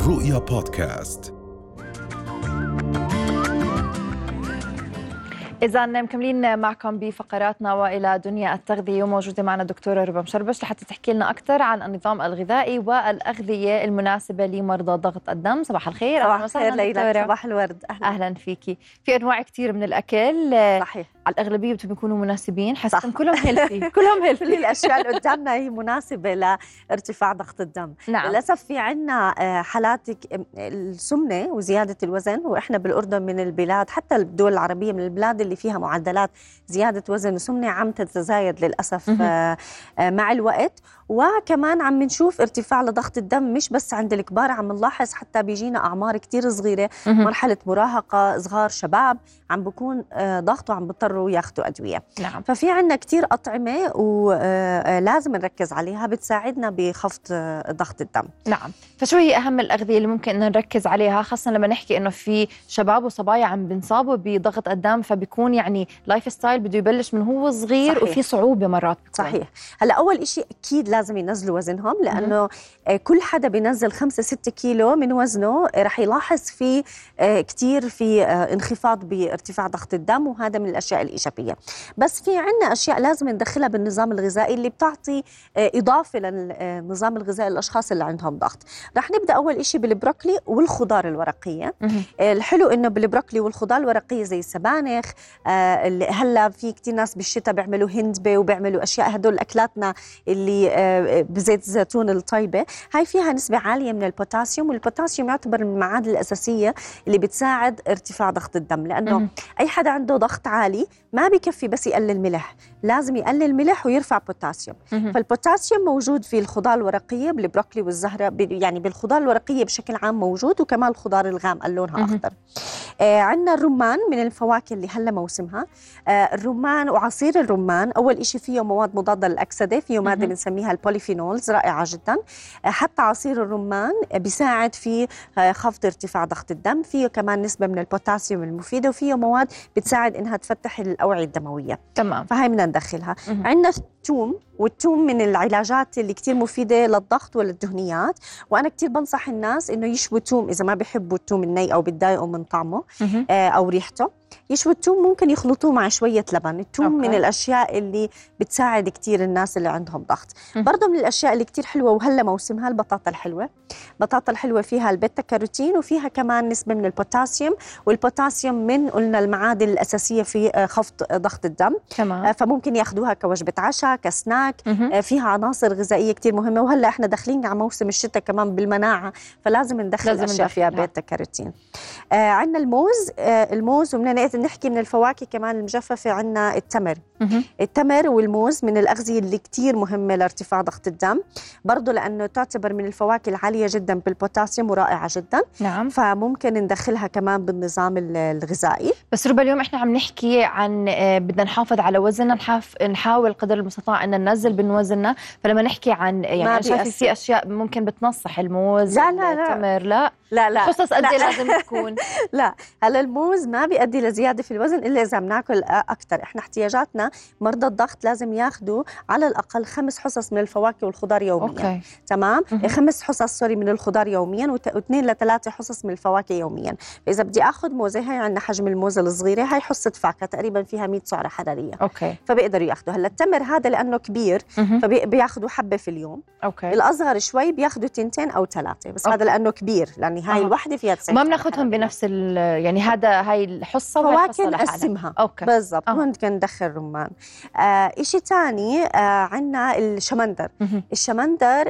رؤيا بودكاست. إذا مكملين معكم بفقراتنا وإلى دنيا التغذية، وموجودة معنا الدكتورة ربا مشربش لحتى تحكي لنا أكثر عن النظام الغذائي والأغذية المناسبة لمرضى ضغط الدم. صباح الخير. صباح الخير ليلى. صباح الورد. أهلا فيكي. في أنواع كثير من الأكل، صحيح، على الأغلبية بيكونوا مناسبين، حسن كلهم هيلثي. كلهم هيلثي. كل الأشياء اللي قدامنا هي مناسبة لارتفاع ضغط الدم. نعم. للأسف في عنا حالات السمنة وزيادة الوزن، وإحنا بالأردن من البلاد، حتى الدول العربية، من البلاد اللي فيها معدلات زيادة وزن وسمنة عم تتزايد للأسف مع الوقت. وكمان عم نشوف ارتفاع لضغط الدم مش بس عند الكبار، عم نلاحظ حتى بيجينا أعمار كتير صغيرة، مرحلة مراهقة، صغار، شباب، عم بكون ضغطه عم بيضطروا ياخذوا أدوية. نعم. ففي عنا كتير أطعمة ولازم نركز عليها، بتساعدنا بخفض ضغط الدم. نعم. فشو هي أهم الأغذية اللي ممكن إن نركز عليها، خاصة لما نحكي إنه في شباب وصبايا عم بنصابوا بضغط الدم، فبيكون يعني لايف ستايل بده يبلش من هو صغير. صحيح. وفي صعوبة مرات بتكون. صحيح. هلا أول إشي أكيد لازم ينزلوا وزنهم، لأنه كل حدا بينزل 5-6 كيلو من وزنه رح يلاحظ في كتير في انخفاض بارتفاع ضغط الدم، وهذا من الأشياء الإيجابية. بس في عنا أشياء لازم ندخلها بالنظام الغذائي اللي بتعطي إضافة للنظام الغذائي للأشخاص اللي عندهم ضغط. رح نبدأ أول إشي بالبروكلي والخضار الورقية. الحلو إنه بالبروكلي والخضار الورقية زي السبانخ، اللي هلا في كتير ناس بالشتاء بيعملوا هندبة وبيعملوا أشياء، هدول أكلاتنا اللي بزيت الزيتون الطيبة، هاي فيها نسبة عالية من البوتاسيوم، والبوتاسيوم يعتبر من المعادن الأساسية اللي بتساعد ارتفاع ضغط الدم. لأنه أي حدا عنده ضغط عالي ما بيكفي بس يقلل ملح، لازم يقلل ملح ويرفع بوتاسيوم. فالبوتاسيوم موجود في الخضار الورقية، بالبروكلي والزهرة، يعني بالخضار الورقية بشكل عام موجود، وكمان الخضار الغامقة اللي لونها أخضر. عندنا الرمان من الفواكه اللي هلا موسمها. الرمان وعصير الرمان أول إشي فيه مواد مضادة للأكسدة، فيه مادة بنسميها البوليفينولز رائعة جدا. حتى عصير الرمان بيساعد في خفض ارتفاع ضغط الدم، فيه كمان نسبة من البوتاسيوم المفيدة، وفيه مواد بتساعد إنها تفتح الأوعية الدموية. تمام. فهي بدنا ندخلها. عندنا الثوم، والثوم من العلاجات اللي كتير مفيدة للضغط وللدهنيات، وأنا كتير بنصح الناس إنه يشووا الثوم إذا ما بيحبوا الثوم الني أو بتضايقوا من طعمه أو ريحته. يشووا الثوم، ممكن يخلطوه مع شوية لبن. الثوم من الأشياء اللي بتساعد كتير الناس اللي عندهم ضغط. برضو من الأشياء اللي كتير حلوة وهلا موسمها البطاطا الحلوة. البطاطا الحلوة فيها البيتا كاروتين، وفيها كمان نسبة من البوتاسيوم، والبوتاسيوم من قلنا المعادن الأساسية في خفض ضغط الدم. فممكن ياخدوها كوجبة عشاء، كسناك. فيها عناصر غذائية كتير مهمة، وهلا احنا داخلين على موسم الشتاء كمان بالمناعة، فلازم ندخل أشياء فيها بيتا كاروتين. عندنا الموز، وبدنا نحكي من الفواكه كمان المجففة. عندنا التمر والموز من الأغذية اللي كتير مهمة لارتفاع ضغط الدم، برضو لأنه تعتبر من الفواكه العالية جدا بالبوتاسيوم ورائعة جدا. نعم. فممكن ندخلها كمان بالنظام الغذائي. بس ربا اليوم احنا عم نحكي عن بدنا نحافظ على وزننا، نحاول قدر المستطاع أن ننزل من وزننا. فلما نحكي عن يعني شايفة في أشياء ممكن بتنصح الموز، التمر لا حصص قد ايه لازم تكون؟ لا، هلا الموز ما بيؤدي لزيادة في الوزن إلا إذا بناكل أكتر. إحنا احتياجاتنا مرضى الضغط لازم ياخدوا على الأقل 5 حصص من الفواكه والخضار يوميا. تمام. 5 حصص من الخضار يوميا، و2 ل 3 حصص من الفواكه يوميا. فإذا بدي أخذ موزة، هاي عندنا حجم الموزة الصغيرة، هاي حصة فاكهة تقريبا فيها 100 سعرة حرارية. فبيقدروا ياخدوا. هلا التمر هذا لأنه كبير فبياخدوا حبة في اليوم. الأصغر شوي بياخدوا 2 أو 3 بس. هذا لأنه كبير، لأن هاي الوحدة فيها 90. ما بناخذهم بنفس يعني هاي الحصة فواكه نقسمها. بالضبط. ممكن ندخل رمان. إشي تاني عنا الشمندر. الشمندر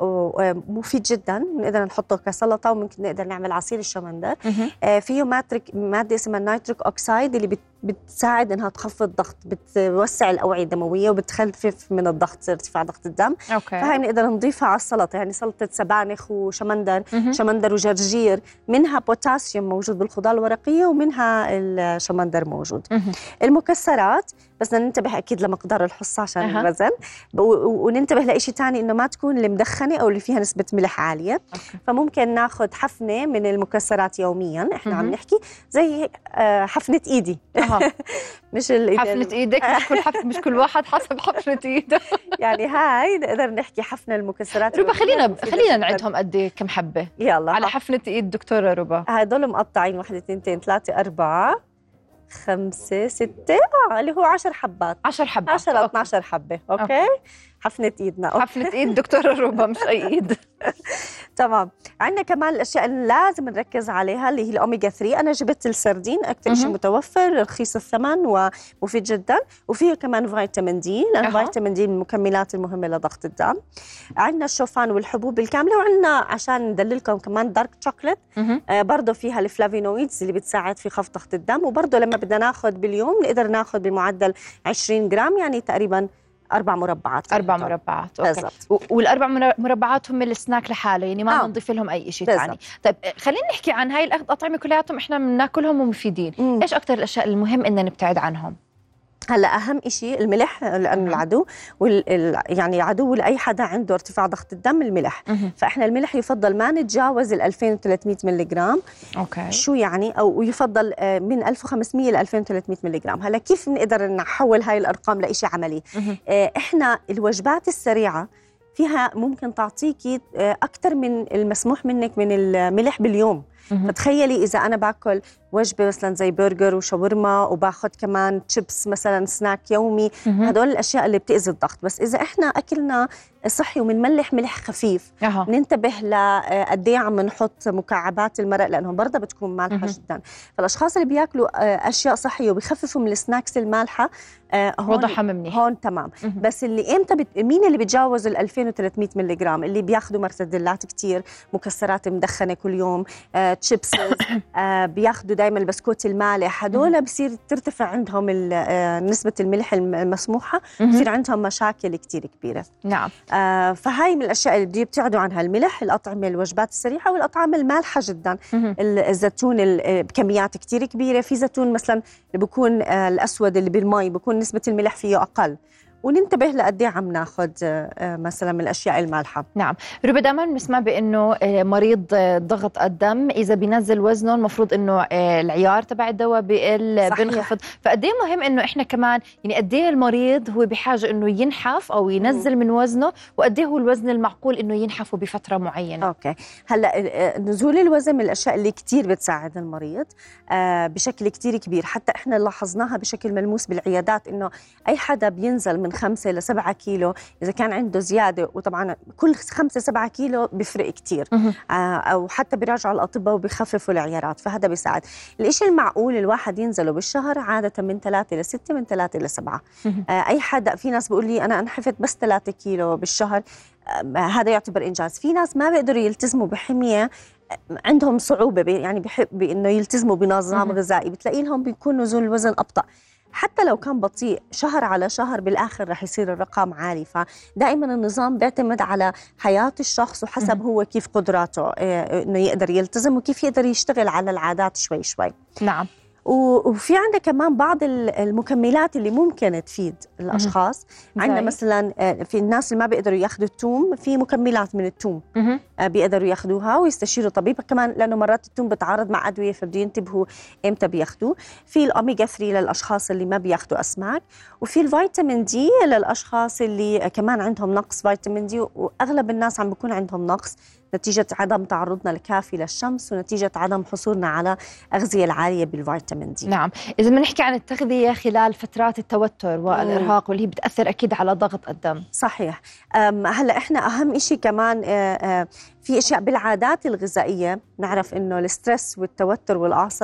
مفيد جدا، بنقدر نحطه كسلطة، وممكن نقدر نعمل عصير الشمندر. فيه مادة اسمها النيتريك أوكسايد اللي بتساعد انها تخفض الضغط، بتوسع الاوعيه الدمويه وبتخفف من الضغط، ارتفاع ضغط الدم. فهي نقدر نضيفها على السلطه، يعني سلطه سبانخ وشمندر، شمندر وجرجير، منها بوتاسيوم موجود بالخضار الورقيه ومنها الشمندر موجود. المكسرات بس ننتبه اكيد لمقدار الحصه عشان الوزن. وننتبه لشيء ثاني انه ما تكون المدخنه او اللي فيها نسبه ملح عاليه. فممكن ناخذ حفنه من المكسرات يوميا. احنا عم نحكي زي حفنه ايدي. مش حفنه ايدك، مش كل واحد حسب حفنه ايده. يعني هاي نقدر نحكي حفنه المكسرات. ربا خلينا نعدهم قد كم حبه يلا على حفنه ايد دكتوره ربا. هدول مقطعين 1 2 3 4 5 6 اللي هو 10 حبات. 10 حبات 10 12 حبه. اوكي. حفنه ايدنا. حفنه ايد دكتوره ربا مش اي ايد. تمام. عندنا كمان الاشياء اللي لازم نركز عليها اللي هي الاوميجا 3. انا جبت السردين اكثر شيء متوفر، رخيص الثمن ومفيد جدا، وفيه كمان فيتامين دي، لان فيتامين دي من المكملات المهمه لضغط الدم. عندنا الشوفان والحبوب الكامله، وعندنا عشان ندللكم كمان دارك شوكليت برضه فيها الفلافينويدز اللي بتساعد في خفض ضغط الدم. وبرضه لما بدنا ناخذ باليوم نقدر ناخذ بمعدل 20 جرام، يعني تقريبا 4 مربعات. 4 مربعات. اوكي. بالضبط. والاربع مربعات هم السناك لحاله، يعني ما بنضيف لهم اي شيء ثاني. طيب خلينا نحكي عن هاي الاطعمه كلياتهم احنا بناكلهم ومفيدين. ايش اكثر الاشياء المهم ان نبتعد عنهم؟ هلا اهم شيء الملح، لانه العدو يعني عدو لاي حدا عنده ارتفاع ضغط الدم الملح. فاحنا الملح يفضل ما نتجاوز ال 2300 ملي جرام. اوكي. شو يعني؟ او يفضل من 1500 ل 2300 ملي جرام. هلا كيف نقدر نحول هاي الارقام لشيء عملي؟ احنا الوجبات السريعه فيها ممكن تعطيكي اكثر من المسموح منك من الملح باليوم. فتخيلي اذا انا باكل وجبه مثلا زي برجر وشاورما وباخذ كمان تشيبس مثلا سناك يومي، هدول الاشياء اللي بتأذي الضغط. بس اذا احنا اكلنا صحي ومنملح ملح خفيف، ننتبه لقد ايه عم نحط مكعبات المرق لانهم برضه بتكون مالحه جدا. فالاشخاص اللي بياكلوا اشياء صحيه وبيخففوا من السناكس المالحه وضعها منيح هون تمام. بس اللي امتى مين اللي بيتجاوز ال 2300 ملي جرام؟ اللي بياخذوا مرتدلات كثير، مكسرات مدخنه كل يوم، تشيبسز، بياخذوا دائما البسكوت المالح، هدول بصير ترتفع عندهم نسبه الملح المسموحه، بصير عندهم مشاكل كثير كبيره. نعم. فهاي من الاشياء اللي بده يبتعدوا عنها الملح، الاطعمه الوجبات السريعه والاطعمه المالحه جدا. الزيتون بكميات كثير كبيره، في زيتون مثلا اللي بيكون الاسود اللي بالمي بيكون نسبه الملح فيه اقل. وننتبه لقد ايه عم ناخذ مثلا من الاشياء المالحه. نعم. ربا دائما بنسمع بانه مريض ضغط الدم اذا بينزل وزنه المفروض انه العيار تبع الدواء بينخفض. فقد ايه مهم انه احنا كمان يعني قد ايه المريض هو بحاجه انه ينحف او ينزل من وزنه، وقد ايه هو الوزن المعقول انه ينحفه بفتره معينه. اوكي. هلا نزول الوزن من الاشياء اللي كثير بتساعد المريض بشكل كثير كبير. حتى احنا لاحظناها بشكل ملموس بالعيادات، انه اي حدا بينزل من 5 ل 7 كيلو إذا كان عنده زيادة، وطبعا كل 5-7 كيلو بيفرق كتير، أو حتى بيراجعوا الأطباء وبيخففوا العيارات، فهذا بيساعد. الإشي المعقول الواحد ينزله بالشهر عادة من 3 ل 6، من 3 ل 7. أي حدا، في ناس بيقول لي أنا انحفت بس 3 كيلو بالشهر، هذا يعتبر إنجاز. في ناس ما بيقدروا يلتزموا بحمية، عندهم صعوبة يعني بحب إنه يلتزموا بنظام غذائي، بتلاقي لهم بيكون نزول الوزن أبطأ. حتى لو كان بطيء شهر على شهر بالآخر رح يصير الرقم عالي. فدائما النظام بيعتمد على حياة الشخص وحسب هو كيف قدراته إنه يقدر يلتزم وكيف يقدر يشتغل على العادات شوي شوي. نعم. وفي عندنا كمان بعض المكملات اللي ممكن تفيد الأشخاص. عندنا مثلا في الناس اللي ما بيقدروا ياخذوا الثوم، في مكملات من الثوم بيقدروا ياخذوها ويستشيروا طبيب كمان، لأنه مرات الثوم بتعارض مع أدوية فبده ينتبهوا إمتى بياخذوه. في الأوميجا 3 للأشخاص اللي ما بياخذوا أسماك، وفي الفيتامين دي للأشخاص اللي كمان عندهم نقص فيتامين دي، وأغلب الناس عم بيكون عندهم نقص نتيجة عدم تعرضنا الكافي للشمس ونتيجة عدم حصولنا على أغذية العالية بالفيتامين دي. نعم. إذا بنحكي عن التغذية خلال فترات التوتر والإرهاق واللي هي بتأثر أكيد على ضغط الدم. صحيح. هلأ إحنا أهم إشي كمان في أشياء بالعادات الغذائية، نعرف إنه الستريس والتوتر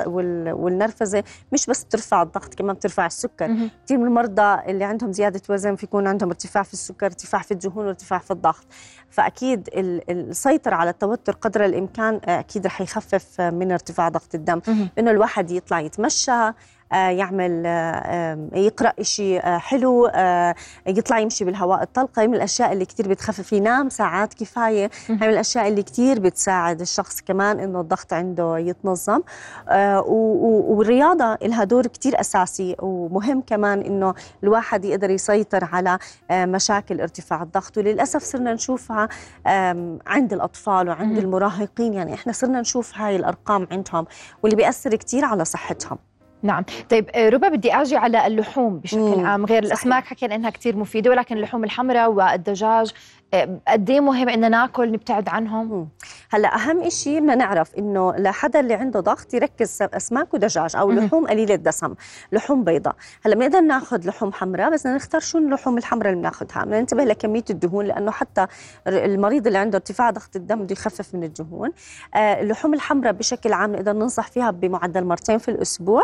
والنرفزة مش بس ترفع الضغط، كمان بترفع السكر. كثير من المرضى اللي عندهم زيادة وزن فيكون عندهم ارتفاع في السكر، ارتفاع في الدهون، وارتفاع في الضغط. فأكيد السيطرة على التوتر قدر الإمكان أكيد رح يخفف من ارتفاع ضغط الدم. إنه الواحد يطلع يتمشى، يعمل يقرأ إشي حلو، يطلع يمشي بالهواء الطلق. من الأشياء اللي كتير بتخفف، ينام ساعات كفاية. هاي من الأشياء اللي كتير بتساعد الشخص كمان إنه الضغط عنده يتنظم. والرياضة لها دور كتير أساسي ومهم كمان إنه الواحد يقدر يسيطر على مشاكل ارتفاع الضغط. وللأسف صرنا نشوفها عند الأطفال وعند المراهقين، يعني إحنا صرنا نشوف هاي الأرقام عندهم واللي بيأثر كتير على صحتهم. نعم. طيب ربا، بدي أجي على اللحوم بشكل عام. غير الأسماك حكينا إنها كتير مفيدة، ولكن اللحوم الحمراء والدجاج قد ايه مهم إن ناكل نبتعد عنهم؟ هلا أهم إشي بدنا نعرف إنه لحدا اللي عنده ضغط يركز أسماك ودجاج أو لحوم قليلة الدسم، لحوم بيضاء. هلا بنقدر ناخذ لحوم حمراء، بس بدنا نختار شو اللحوم الحمراء اللي بناخذها. بدنا ننتبه لكمية الدهون، لأنه حتى المريض اللي عنده ارتفاع ضغط الدم بده يخفف من الدهون. اللحوم الحمراء بشكل عام نقدر ننصح فيها بمعدل 2 مرات في الأسبوع.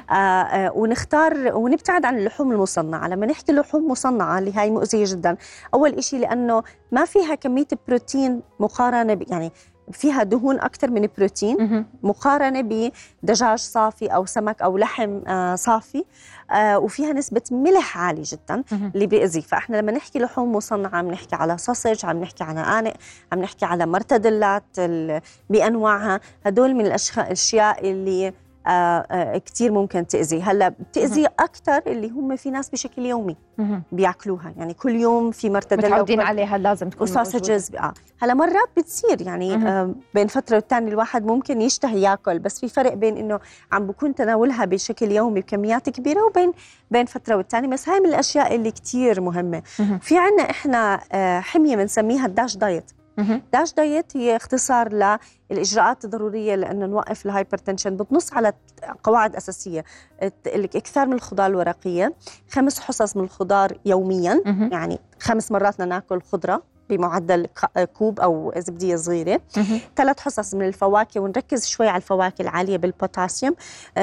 ونختار ونبتعد عن اللحوم المصنعة. لما نحكي لحوم مصنعة اللي هاي مؤذية جدا، أول إشي لأنه ما فيها كمية بروتين مقارنة يعني فيها دهون أكثر من بروتين مقارنة بدجاج صافي أو سمك أو لحم صافي. وفيها نسبة ملح عالي جدا اللي بيأذي. فإحنا لما نحكي لحوم مصنعة عم نحكي على سوسج، عم نحكي على آنق، عم نحكي على مرتدلات بأنواعها. هدول من الأشياء اللي كتير ممكن تأذي. هلا بتأذي أكتر اللي هم في ناس بشكل يومي بياكلوها، يعني كل يوم في مرتدلة متعودين عليها لازم تكون وسوسجز. هلا مرات بتصير يعني بين فترة والتانية الواحد ممكن يشتهي ياكل، بس في فرق بين إنه عم بكون تناولها بشكل يومي بكميات كبيرة وبين فترة والتانية. بس هاي من الأشياء اللي كتير مهمة. في عنا إحنا حمية بنسميها الداش دايت. داش دايت هي اختصار للإجراءات الضرورية لأنه نوقف الهايبرتنشن. بتنص على قواعد أساسية: الإكثار من الخضار الورقية، 5 حصص من الخضار يوميا، يعني 5 مرات ناكل خضرة بمعدل كوب أو زبدية صغيرة، 3 حصص من الفواكه، ونركز شوي على الفواكه العالية بالبوتاسيوم.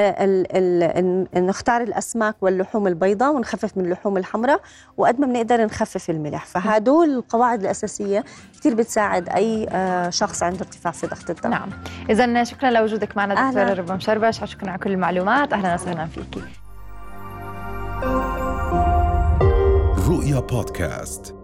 نختار الأسماك واللحوم البيضاء ونخفف من اللحوم الحمراء، وقد ما بنقدر نخفف الملح. فهدول القواعد الأساسية كتير بتساعد أي شخص عنده ارتفاع في ضغط الدم. نعم. إذن شكرا لوجودك معنا دكتورة ربا مشربش، شكرا على كل المعلومات. أهلا وسهلا فيكي. رؤيا بودكاست.